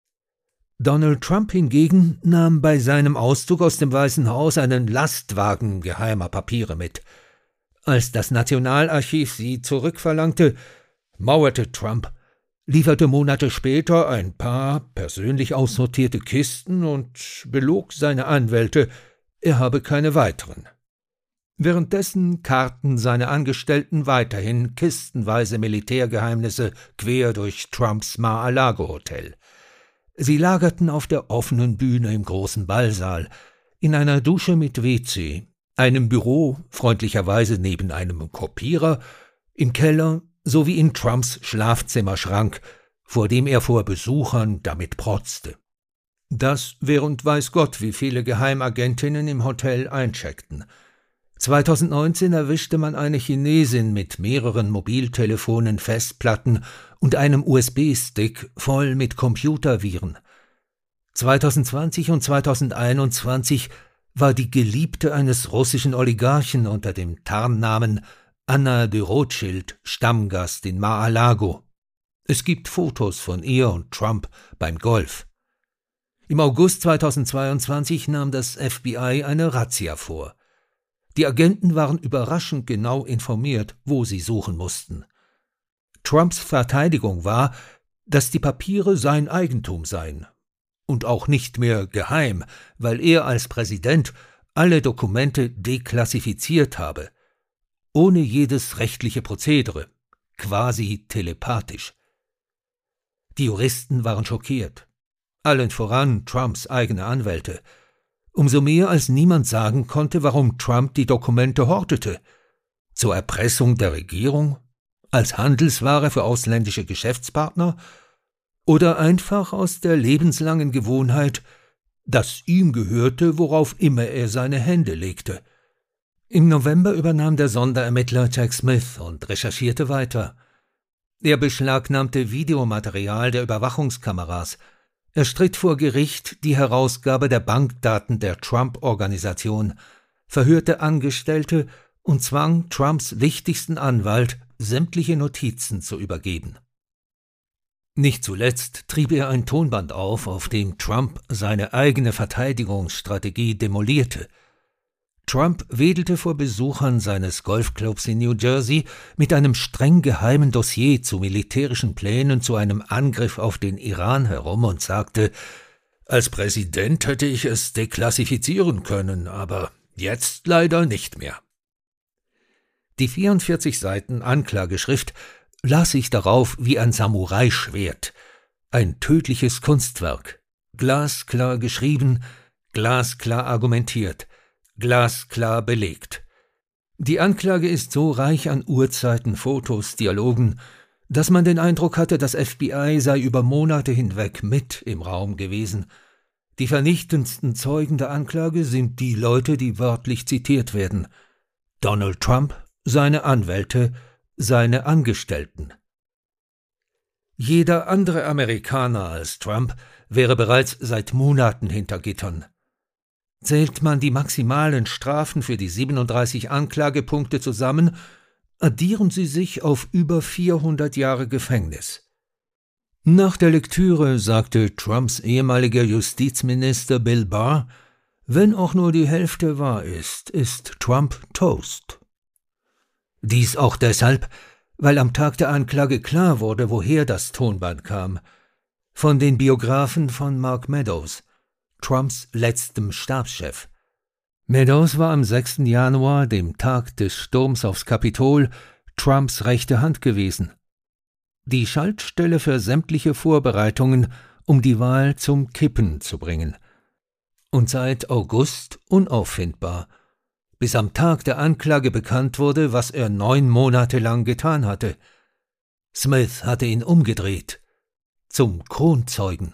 Donald Trump hingegen nahm bei seinem Auszug aus dem Weißen Haus einen Lastwagen geheimer Papiere mit. Als das Nationalarchiv sie zurückverlangte, mauerte Trump, lieferte Monate später ein paar persönlich aussortierte Kisten und belog seine Anwälte, er habe keine weiteren. Währenddessen karten seine Angestellten weiterhin kistenweise Militärgeheimnisse quer durch Trumps Mar-a-Lago-Hotel. Sie lagerten auf der offenen Bühne im großen Ballsaal, in einer Dusche mit W C, einem Büro, freundlicherweise neben einem Kopierer, im Keller sowie in Trumps Schlafzimmerschrank, vor dem er vor Besuchern damit protzte. Das während weiß Gott, wie viele Geheimagentinnen im Hotel eincheckten. zweitausendneunzehn erwischte man eine Chinesin mit mehreren Mobiltelefonen, Festplatten und einem U S B-Stick voll mit Computerviren. zweitausendzwanzig und zweitausendeinundzwanzig war die Geliebte eines russischen Oligarchen unter dem Tarnnamen Anna de Rothschild Stammgast in Mar-a-Lago. Es gibt Fotos von ihr und Trump beim Golf. Im August zweitausendzweiundzwanzig nahm das F B I eine Razzia vor. Die Agenten waren überraschend genau informiert, wo sie suchen mussten. Trumps Verteidigung war, dass die Papiere sein Eigentum seien. Und auch nicht mehr geheim, weil er als Präsident alle Dokumente deklassifiziert habe. Ohne jedes rechtliche Prozedere, quasi telepathisch. Die Juristen waren schockiert. allen voran Trumps eigene Anwälte. Umso mehr, als niemand sagen konnte, warum Trump die Dokumente hortete. Zur Erpressung der Regierung? Als Handelsware für ausländische Geschäftspartner? Oder einfach aus der lebenslangen Gewohnheit, dass ihm gehörte, worauf immer er seine Hände legte. Im November übernahm der Sonderermittler Jack Smith und recherchierte weiter. Er beschlagnahmte Videomaterial der Überwachungskameras. Er stritt vor Gericht die Herausgabe der Bankdaten der Trump-Organisation, verhörte Angestellte und zwang Trumps wichtigsten Anwalt, sämtliche Notizen zu übergeben. Nicht zuletzt trieb er ein Tonband auf, auf dem Trump seine eigene Verteidigungsstrategie demolierte. Trump wedelte vor Besuchern seines Golfclubs in New Jersey mit einem streng geheimen Dossier zu militärischen Plänen zu einem Angriff auf den Iran herum und sagte, als Präsident hätte ich es deklassifizieren können, aber jetzt leider nicht mehr. Die vierundvierzig Seiten Anklageschrift las ich darauf wie ein Samurai-Schwert, ein tödliches Kunstwerk, glasklar geschrieben, glasklar argumentiert, glasklar belegt. Die Anklage ist so reich an Uhrzeiten, Fotos, Dialogen, dass man den Eindruck hatte, das F B I sei über Monate hinweg mit im Raum gewesen. Die vernichtendsten Zeugen der Anklage sind die Leute, die wörtlich zitiert werden. Donald Trump, seine Anwälte, seine Angestellten. Jeder andere Amerikaner als Trump wäre bereits seit Monaten hinter Gittern. Zählt man die maximalen Strafen für die siebenunddreißig Anklagepunkte zusammen, addieren sie sich auf über vierhundert Jahre Gefängnis. Nach der Lektüre sagte Trumps ehemaliger Justizminister Bill Barr, wenn auch nur die Hälfte wahr ist, ist Trump Toast. Dies auch deshalb, weil am Tag der Anklage klar wurde, woher das Tonband kam. Von den Biografen von Mark Meadows, Trumps letztem Stabschef. Meadows war am sechsten Januar, dem Tag des Sturms aufs Kapitol, Trumps rechte Hand gewesen. Die Schaltstelle für sämtliche Vorbereitungen, um die Wahl zum Kippen zu bringen. Und seit August unauffindbar, bis am Tag der Anklage bekannt wurde, was er neun Monate lang getan hatte. Smith hatte ihn umgedreht, zum Kronzeugen.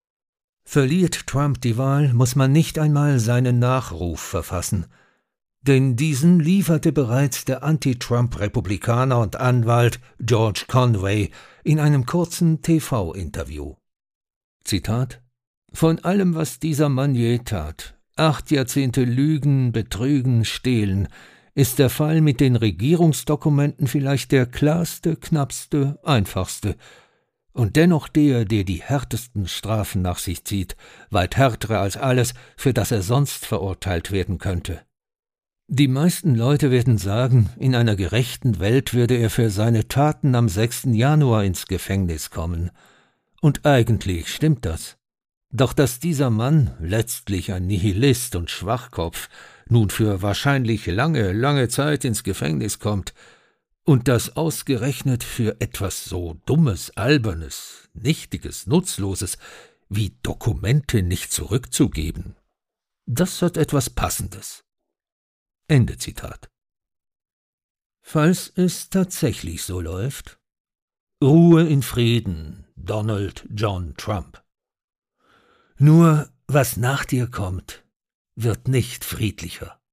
Verliert Trump die Wahl, muss man nicht einmal seinen Nachruf verfassen, denn diesen lieferte bereits der Anti-Trump-Republikaner und Anwalt George Conway in einem kurzen T V-Interview. Zitat: »Von allem, was dieser Mann je tat, acht Jahrzehnte Lügen, Betrügen, Stehlen, ist der Fall mit den Regierungsdokumenten vielleicht der klarste, knappste, einfachste. Und dennoch der, der die härtesten Strafen nach sich zieht, weit härtere als alles, für das er sonst verurteilt werden könnte. Die meisten Leute werden sagen, in einer gerechten Welt würde er für seine Taten am sechsten Januar ins Gefängnis kommen. Und eigentlich stimmt das. Doch dass dieser Mann, letztlich ein Nihilist und Schwachkopf, nun für wahrscheinlich lange, lange Zeit ins Gefängnis kommt, und das ausgerechnet für etwas so Dummes, Albernes, Nichtiges, Nutzloses wie Dokumente nicht zurückzugeben, das hat etwas Passendes.« Ende Zitat. Falls es tatsächlich so läuft, Ruhe in Frieden, Donald John Trump. Nur was nach dir kommt, wird nicht friedlicher.